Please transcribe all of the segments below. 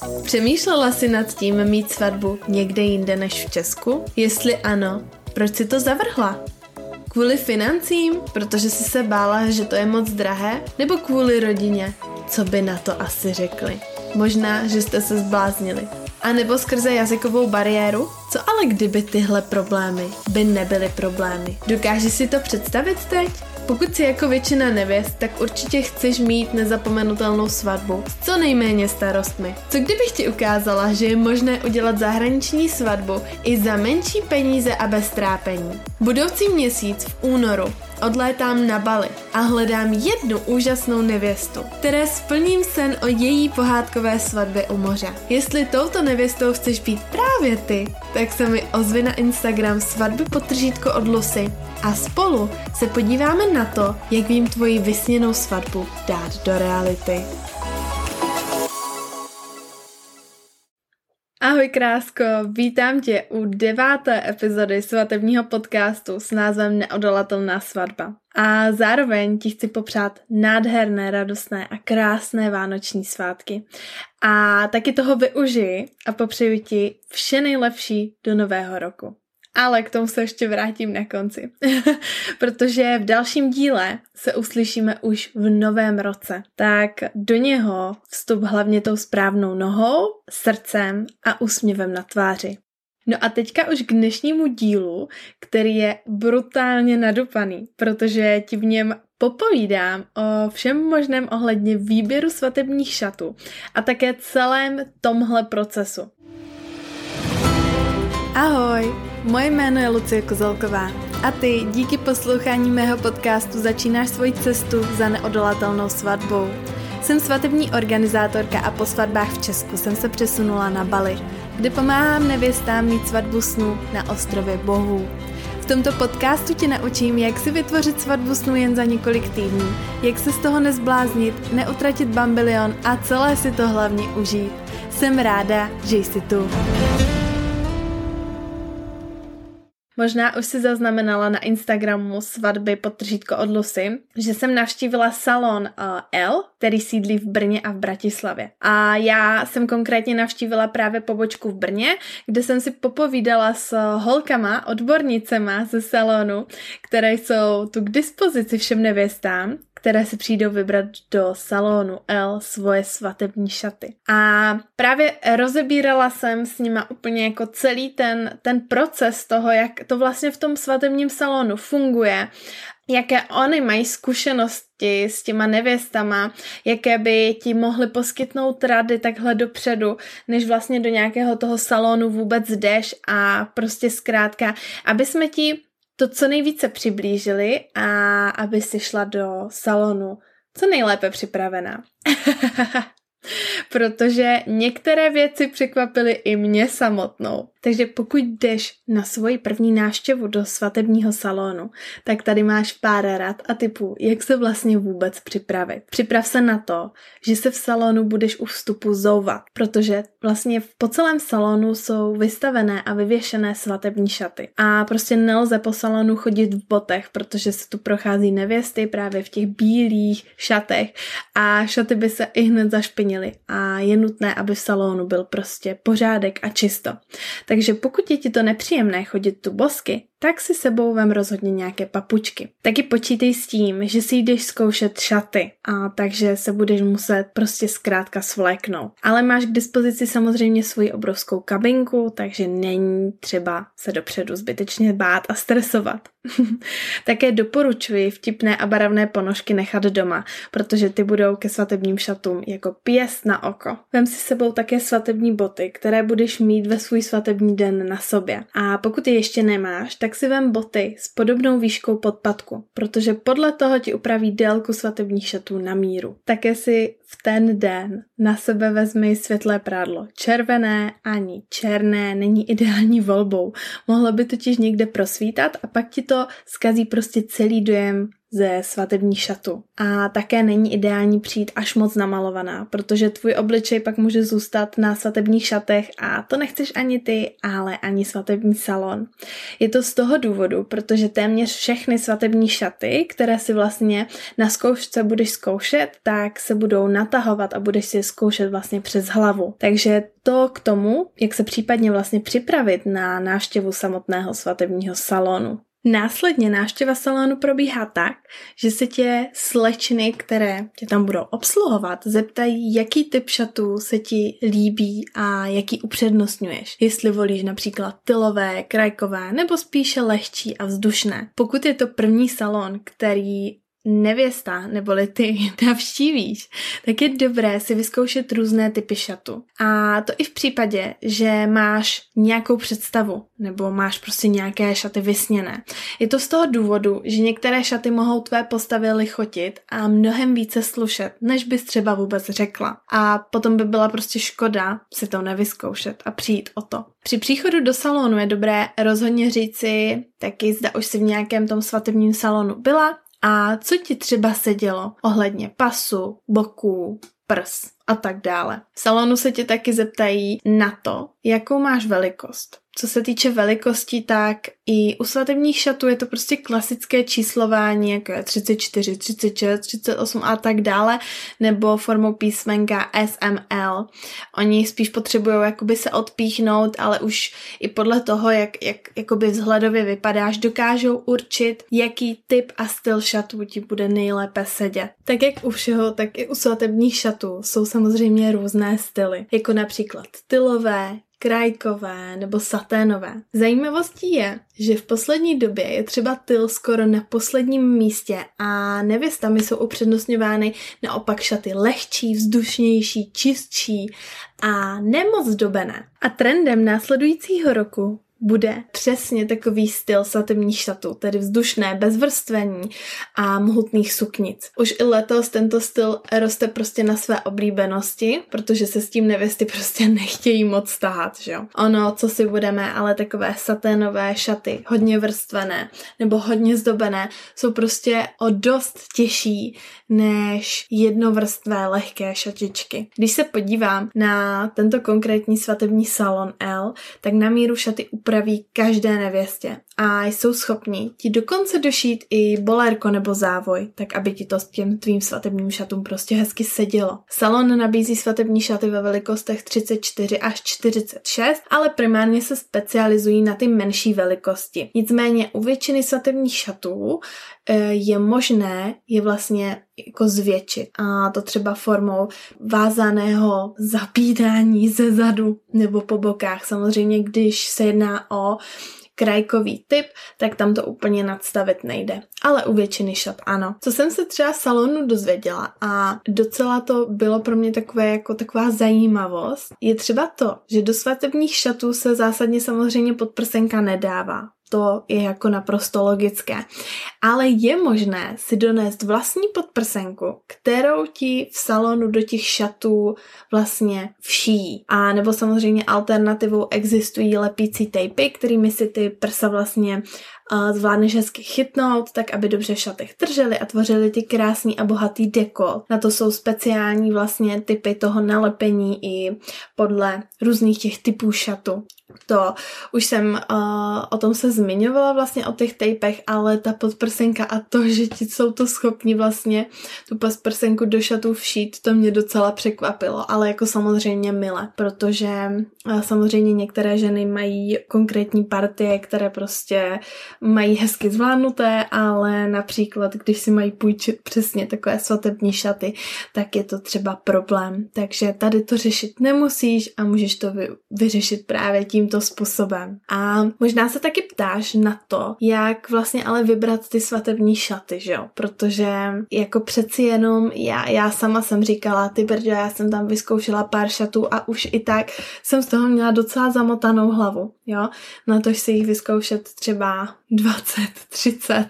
Přemýšlela jsi nad tím mít svatbu někde jinde než v Česku? Jestli ano, proč jsi to zavrhla? Kvůli financím, protože jsi se bála, že to je moc drahé? Nebo kvůli rodině? Co by na to asi řekli? Možná, že jste se zbláznili. A nebo skrze jazykovou bariéru? Co ale kdyby tyhle problémy by nebyly problémy? Dokážeš si to představit teď? Pokud jsi jako většina nevěst, tak určitě chceš mít nezapomenutelnou svatbu s co nejméně starostmi. Co kdybych ti ukázala, že je možné udělat zahraniční svatbu i za menší peníze a bez trápení? Budoucí měsíc v únoru odlétám na Bali a hledám jednu úžasnou nevěstu, které splním sen o její pohádkové svatbě u moře. Jestli touto nevěstou chceš být právě ty, tak se mi ozvi na Instagram svatby_od Lucy a spolu se podíváme na to, jak vím tvoji vysněnou svatbu dát do reality. Ahoj krásko, vítám tě u 9. epizody svatebního podcastu s názvem Neodolatelná svatba. A zároveň ti chci popřát nádherné, radostné a krásné vánoční svátky. A taky toho využiji a popřeju ti vše nejlepší do nového roku. Ale k tomu se ještě vrátím na konci, protože v dalším díle se uslyšíme už v novém roce. Tak do něho vstup hlavně tou správnou nohou, srdcem a úsměvem na tváři. No a teďka už k dnešnímu dílu, který je brutálně nadupaný, protože ti v něm popovídám o všem možném ohledně výběru svatebních šatů a také celém tomhle procesu. Ahoj! Moje jméno je Lucie Kozelková a ty díky poslouchání mého podcastu začínáš svoji cestu za neodolatelnou svatbou. Jsem svatební organizátorka a po svatbách v Česku jsem se přesunula na Bali, kde pomáhám nevěstám mít svatbu snů na ostrově bohů. V tomto podcastu tě naučím, jak si vytvořit svatbu snů jen za několik týdnů, jak se z toho nezbláznit, neutratit bambilion a celé si to hlavně užít. Jsem ráda, že jsi tu. Možná už si zaznamenala na Instagramu svatby_od Lucy, že jsem navštívila salon L, který sídlí v Brně a v Bratislavě. A já jsem konkrétně navštívila právě pobočku v Brně, kde jsem si popovídala s holkama, odbornicema ze salonu, které jsou tu k dispozici všem nevěstám, které si přijdou vybrat do salonu L svoje svatební šaty. A právě rozebírala jsem s nima úplně jako celý ten proces toho, jak to vlastně v tom svatebním salonu funguje, jaké oni mají zkušenosti s těma nevěstama, jaké by ti mohly poskytnout rady takhle dopředu, než vlastně do nějakého toho salonu vůbec jdeš a prostě zkrátka, aby jsme ti to co nejvíce přiblížili a aby si šla do salonu co nejlépe připravená. Protože některé věci překvapily i mě samotnou. Takže pokud jdeš na svoji první návštěvu do svatebního salonu, tak tady máš pár rad a tipů, jak se vlastně vůbec připravit. Připrav se na to, že se v salonu budeš u vstupu zouvat, protože vlastně po celém salonu jsou vystavené a vyvěšené svatební šaty. A prostě nelze po salonu chodit v botech, protože se tu prochází nevěsty právě v těch bílých šatech a šaty by se i hned zašpinily a je nutné, aby v salonu byl prostě pořádek a čisto. Takže pokud je ti to nepříjemné chodit tu bosky, tak si sebou vem rozhodně nějaké papučky. Taky počítej s tím, že si jdeš zkoušet šaty a takže se budeš muset prostě zkrátka svléknout. Ale máš k dispozici samozřejmě svoji obrovskou kabinku, takže není třeba se dopředu zbytečně bát a stresovat. Také doporučuji vtipné a barevné ponožky nechat doma, protože ty budou ke svatebním šatům jako pěst na oko. Vem si sebou také svatební boty, které budeš mít ve svůj svatební den na sobě. A pokud je ještě nemáš, tak si vem boty s podobnou výškou podpatku, protože podle toho ti upraví délku svatebních šatů na míru. Také si v ten den na sebe vezmi světlé prádlo. Červené ani černé není ideální volbou. Mohlo by totiž někde prosvítat a pak ti to zkazí prostě celý dojem ze svatebních šatů. A také není ideální přijít až moc namalovaná, protože tvůj obličej pak může zůstat na svatebních šatech a to nechceš ani ty, ale ani svatební salon. Je to z toho důvodu, protože téměř všechny svatební šaty, které si vlastně na zkoušce budeš zkoušet, tak se budou natahovat a budeš si je zkoušet vlastně přes hlavu. Takže to k tomu, jak se případně vlastně připravit na návštěvu samotného svatebního salonu. Následně návštěva salonu probíhá tak, že se tě slečny, které tě tam budou obsluhovat, zeptají, jaký typ šatů se ti líbí a jaký upřednostňuješ. Jestli volíš například tylové, krajkové nebo spíše lehčí a vzdušné. Pokud je to první salon, který nevěsta neboli ty navštívíš, tak je dobré si vyzkoušet různé typy šatu. A to i v případě, že máš nějakou představu nebo máš prostě nějaké šaty vysněné. Je to z toho důvodu, že některé šaty mohou tvé postavy lichotit a mnohem více slušet, než bys třeba vůbec řekla. A potom by byla prostě škoda si to nevyzkoušet a přijít o to. Při příchodu do salonu je dobré rozhodně říci taky, zda už si v nějakém tom svatebním salonu byla, a co ti třeba sedělo ohledně pasu, boků, prs a tak dále. V salonu se tě taky zeptají na to, jakou máš velikost. Co se týče velikosti, tak i u svatebních šatů je to prostě klasické číslování, jako je 34, 36, 38 a tak dále, nebo formou písmenka SML. Oni spíš potřebují jakoby se odpíchnout, ale už i podle toho, jak jakoby vzhledově vypadáš, dokážou určit, jaký typ a styl šatů ti bude nejlépe sedět. Tak jak u všeho, tak i u svatebních šatů jsou samozřejmě různé styly, jako například tylové, krajkové nebo saténové. Zajímavostí je, že v poslední době je třeba tyl skoro na posledním místě a nevěstami jsou upřednostňovány naopak šaty lehčí, vzdušnější, čistší a nemoc zdobené. A trendem následujícího roku bude přesně takový styl svatebních šatů, tedy vzdušné, bezvrstvení a mohutných suknic. Už i letos tento styl roste prostě na své oblíbenosti, protože se s tím nevěsty prostě nechtějí moc tahat, že jo. Ono, co si budeme, ale takové saténové šaty, hodně vrstvené nebo hodně zdobené, jsou prostě o dost těžší než jednovrstvé lehké šatičky. Když se podívám na tento konkrétní svatební salon L, tak na míru šaty upraví každé nevěstě a jsou schopni ti dokonce došít i bolérko nebo závoj, tak aby ti to s těm tvým svatebním šatům prostě hezky sedělo. Salon nabízí svatební šaty ve velikostech 34 až 46, ale primárně se specializují na ty menší velikosti. Nicméně u většiny svatebních šatů je možné je vlastně jako zvětšit. A to třeba formou vázaného zapínání ze zadu nebo po bokách. Samozřejmě, když se jedná o krajkový typ, tak tam to úplně nadstavit nejde. Ale u většiny šat ano. Co jsem se třeba v salonu dozvěděla a docela to bylo pro mě taková zajímavost, je třeba to, že do svatebních šatů se zásadně samozřejmě podprsenka nedává. To je jako naprosto logické. Ale je možné si donést vlastní podprsenku, kterou ti v salonu do těch šatů vlastně všijí. A nebo samozřejmě alternativou existují lepící tejpy, kterými si ty prsa vlastně zvládneš hezky chytnout, tak aby dobře v šatech držely a tvořily ty krásný a bohatý dekol. Na to jsou speciální vlastně typy toho nalepení i podle různých těch typů šatu. To už jsem o tom se zmiňovala vlastně o těch tejpech, ale ta podprsenka a to, že ti jsou to schopni vlastně tu podprsenku do šatů všít, to mě docela překvapilo, ale jako samozřejmě mile, protože samozřejmě některé ženy mají konkrétní partie, které prostě mají hezky zvládnuté, ale například, když si mají půjčit přesně takové svatební šaty, tak je to třeba problém. Takže tady to řešit nemusíš a můžeš to vyřešit právě tímto způsobem. A možná se taky ptáš na to, jak vlastně ale vybrat ty svatební šaty, že jo? Protože jako přeci jenom já sama jsem říkala, ty brďo, já jsem tam vyzkoušela pár šatů a už i tak jsem z toho měla docela zamotanou hlavu, jo? Na to si jich vyzkoušet třeba 20, 30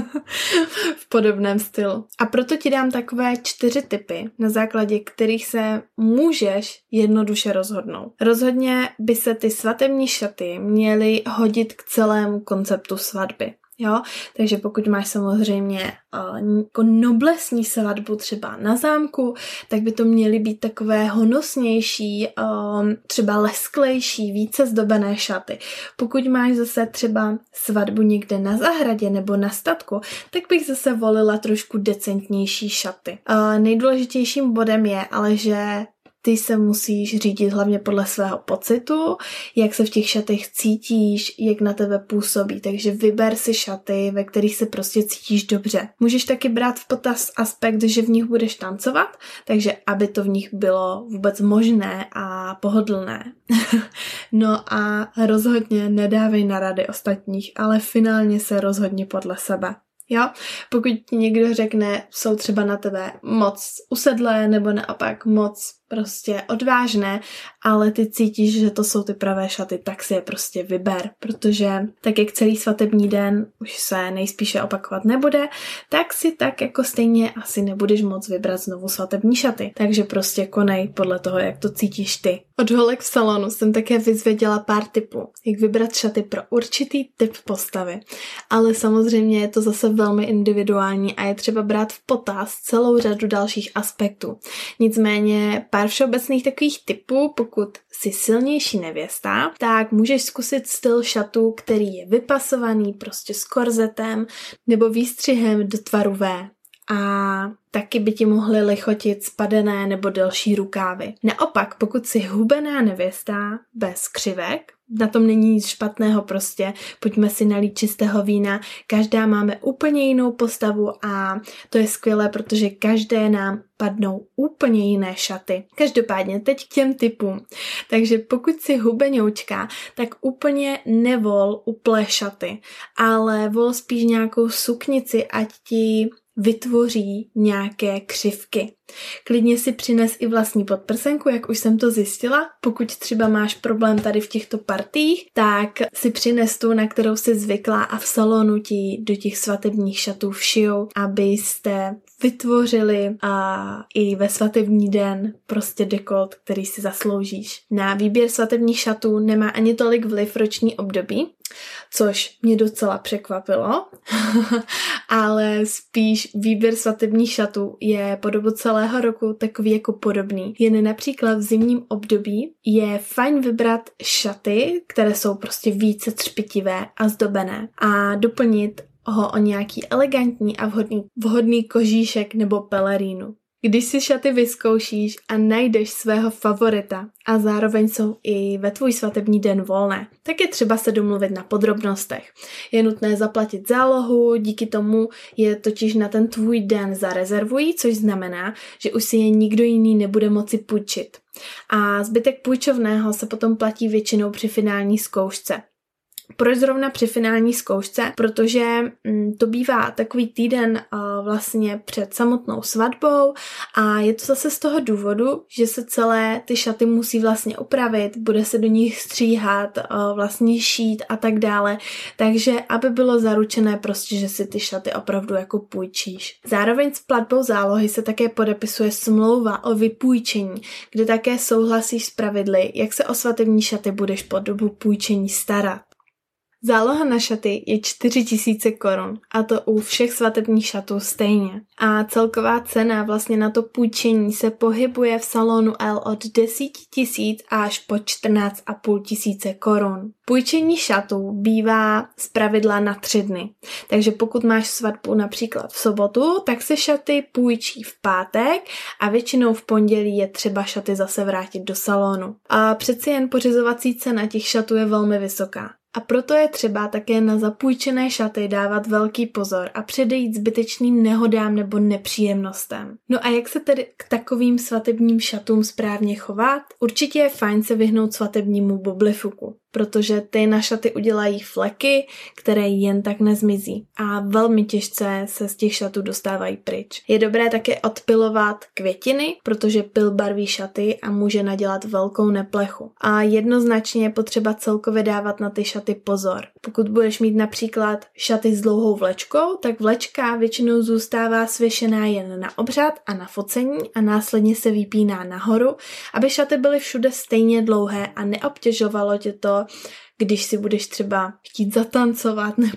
v podobném stylu. A proto ti dám takové 4 tipy, na základě kterých se můžeš jednoduše rozhodnout. Rozhodně by se ty svatební šaty měly hodit k celému konceptu svatby. Jo, takže pokud máš samozřejmě jako noblesní svatbu třeba na zámku, tak by to měly být takové honosnější, třeba lesklejší, více zdobené šaty. Pokud máš zase třeba svatbu někde na zahradě nebo na statku, tak bych zase volila trošku decentnější šaty. Nejdůležitějším bodem je ale, že ty se musíš řídit hlavně podle svého pocitu, jak se v těch šatech cítíš, jak na tebe působí, takže vyber si šaty, ve kterých se prostě cítíš dobře. Můžeš taky brát v potaz aspekt, že v nich budeš tancovat, takže aby to v nich bylo vůbec možné a pohodlné. No a rozhodně nedávej na rady ostatních, ale finálně se rozhodni podle sebe. Jo, pokud ti někdo řekne, jsou třeba na tebe moc usedlé nebo naopak moc prostě odvážné, ale ty cítíš, že to jsou ty pravé šaty, tak si je prostě vyber, protože tak jak celý svatební den už se nejspíše opakovat nebude, tak si tak jako stejně asi nebudeš moc vybrat znovu svatební šaty. Takže prostě konej podle toho, jak to cítíš ty. Od holek v salonu jsem také vyzvěděla pár tipů, jak vybrat šaty pro určitý typ postavy, ale samozřejmě je to zase velmi individuální a je třeba brát v potaz celou řadu dalších aspektů. Nicméně pár všeobecných takových typů, pokud jsi silnější nevěsta, tak můžeš zkusit styl šatů, který je vypasovaný prostě s korzetem nebo výstřihem do tvaru V. A taky by ti mohly lichotit spadené nebo delší rukávy. Naopak, pokud jsi hubená nevěsta bez křivek, na tom není nic špatného prostě, pojďme si nalít čistého vína, každá máme úplně jinou postavu a to je skvělé, protože každé nám padnou úplně jiné šaty. Každopádně teď k těm typům. Takže pokud jsi hubenoučka, tak úplně nevol uplé šaty, ale vol spíš nějakou suknici, ať ti vytvoří nějaké křivky. Klidně si přines i vlastní podprsenku, jak už jsem to zjistila. Pokud třeba máš problém tady v těchto partiích, tak si přines tu, na kterou jsi zvyklá a v salonu ti do těch svatebních šatů všijou, abyste vytvořili i ve svatební den prostě dekolt, který si zasloužíš. Na výběr svatebních šatů nemá ani tolik vliv roční období, což mě docela překvapilo, ale spíš výběr svatebních šatů je po dobu celého roku takový jako podobný. Jen například v zimním období je fajn vybrat šaty, které jsou prostě více třpitivé a zdobené a doplnit ho o nějaký elegantní a vhodný kožíšek nebo pelerínu. Když si šaty vyzkoušíš a najdeš svého favorita a zároveň jsou i ve tvůj svatební den volné, tak je třeba se domluvit na podrobnostech. Je nutné zaplatit zálohu, díky tomu je totiž na ten tvůj den zarezervují, což znamená, že už si je nikdo jiný nebude moci půjčit. A zbytek půjčovného se potom platí většinou při finální zkoušce. Proč zrovna při finální zkoušce? Protože to bývá takový týden vlastně před samotnou svatbou a je to zase z toho důvodu, že se celé ty šaty musí vlastně opravit, bude se do nich stříhat, vlastně šít a tak dále, takže aby bylo zaručené prostě, že si ty šaty opravdu jako půjčíš. Zároveň s platbou zálohy se také podepisuje smlouva o vypůjčení, kde také souhlasíš s pravidly, jak se o svatební šaty budeš po dobu půjčení starat. Záloha na šaty je 4 000 korun a to u všech svatebních šatů stejně. A celková cena vlastně na to půjčení se pohybuje v salonu L od 10 000 až po 14 500 korun. Půjčení šatů bývá zpravidla na 3 dny. Takže pokud máš svatbu například v sobotu, tak se šaty půjčí v pátek a většinou v pondělí je třeba šaty zase vrátit do salonu. A přeci jen pořizovací cena těch šatů je velmi vysoká. A proto je třeba také na zapůjčené šaty dávat velký pozor a předejít zbytečným nehodám nebo nepříjemnostem. No a jak se tedy k takovým svatebním šatům správně chovat? Určitě je fajn se vyhnout svatebnímu boblifuku, protože ty na šaty udělají fleky, které jen tak nezmizí a velmi těžce se z těch šatů dostávají pryč. Je dobré také odpilovat květiny, protože pil barví šaty a může nadělat velkou neplechu. A jednoznačně je potřeba celkově dávat na ty šaty pozor. Pokud budeš mít například šaty s dlouhou vlečkou, tak vlečka většinou zůstává svěšená jen na obřad a na focení a následně se vypíná nahoru, aby šaty byly všude stejně dlouhé a neobtěžovalo tě to, když si budeš třeba chtít zatancovat nebo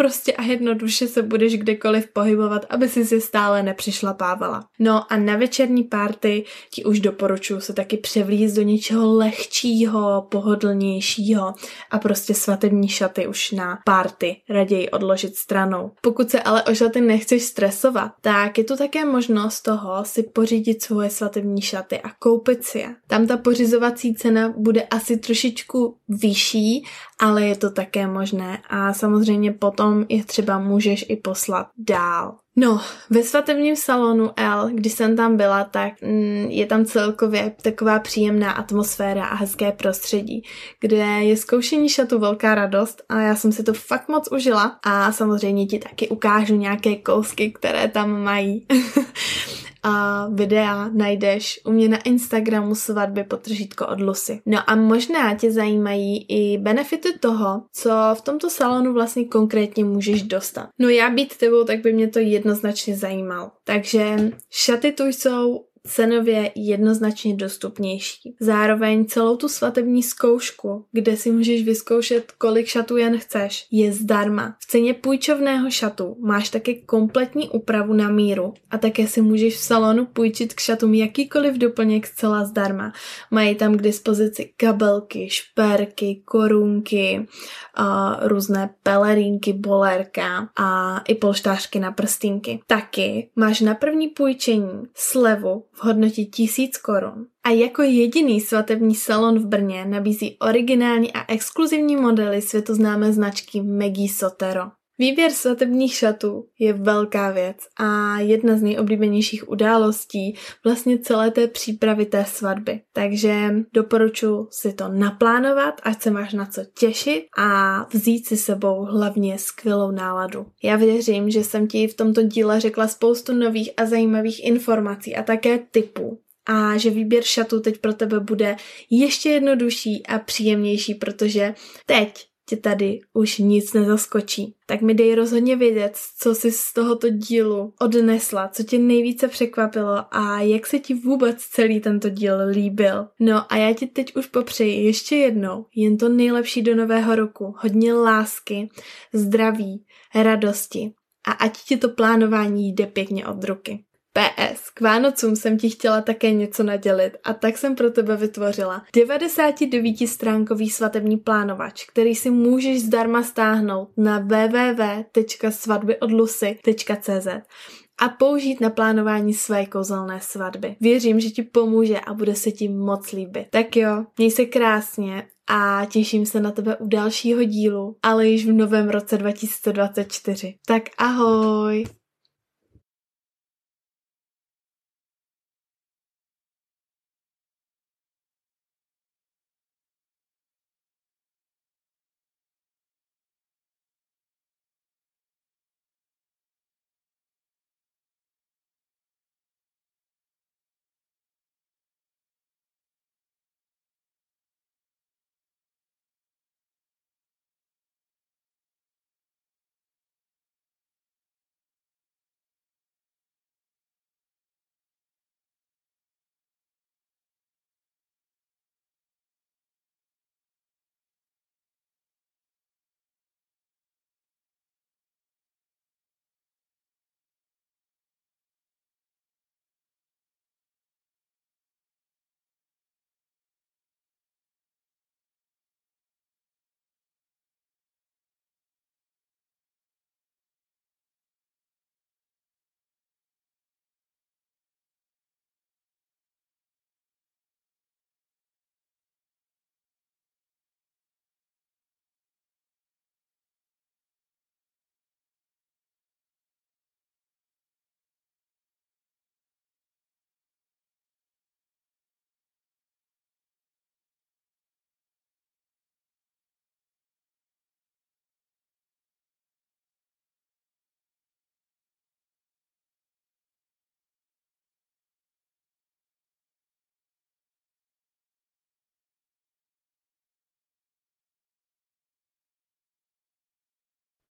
prostě a jednoduše se budeš kdekoliv pohybovat, aby si je stále nepřišlapávala. No a na večerní party ti už doporučuji se taky převlíct do něčeho lehčího, pohodlnějšího a prostě svatební šaty už na party raději odložit stranou. Pokud se ale o šaty nechceš stresovat, tak je tu také možnost toho si pořídit svoje svatební šaty a koupit si je. Tam ta pořizovací cena bude asi trošičku vyšší, ale je to také možné a samozřejmě potom je třeba můžeš i poslat dál. No, ve svatebním salonu L, když jsem tam byla, tak je tam celkově taková příjemná atmosféra a hezké prostředí, kde je zkoušení šatu velká radost a já jsem si to fakt moc užila a samozřejmě ti taky ukážu nějaké kousky, které tam mají. A videa najdeš u mě na Instagramu svatby_ od Lucy. No a možná tě zajímají i benefity toho, co v tomto salonu vlastně konkrétně můžeš dostat. No já být tebou, tak by mě to jednoznačně zajímalo. Takže šaty tu jsou cenově jednoznačně dostupnější. Zároveň celou tu svatební zkoušku, kde si můžeš vyzkoušet, kolik šatů jen chceš, je zdarma. V ceně půjčovného šatu máš také kompletní úpravu na míru a také si můžeš v salonu půjčit k šatům jakýkoliv doplněk zcela zdarma. Mají tam k dispozici kabelky, šperky, korunky, různé pelerínky, bolérka a i polštářky na prstínky. Taky máš na první půjčení slevu v hodnotě 1000 korun. A jako jediný svatební salon v Brně nabízí originální a exkluzivní modely světoznámé značky Meggy Sotero. Výběr svatebních šatů je velká věc a jedna z nejoblíbenějších událostí vlastně celé té přípravy té svatby. Takže doporučuji si to naplánovat, ať se máš na co těšit a vzít si sebou hlavně skvělou náladu. Já věřím, že jsem ti v tomto díle řekla spoustu nových a zajímavých informací a také tipů. A že výběr šatů teď pro tebe bude ještě jednodušší a příjemnější, protože teď tě tady už nic nezaskočí. Tak mi dej rozhodně vědět, co jsi z tohoto dílu odnesla, co tě nejvíce překvapilo a jak se ti vůbec celý tento díl líbil. No a já ti teď už popřeji ještě jednou jen to nejlepší do nového roku. Hodně lásky, zdraví, radosti a ať ti to plánování jde pěkně od ruky. PS, k Vánocům jsem ti chtěla také něco nadělit a tak jsem pro tebe vytvořila 99stránkový svatební plánovač, který si můžeš zdarma stáhnout na www.svatbyodlusy.cz a použít na plánování své kouzelné svatby. Věřím, že ti pomůže a bude se ti moc líbit. Tak jo, měj se krásně a těším se na tebe u dalšího dílu, ale již v novém roce 2024. Tak ahoj!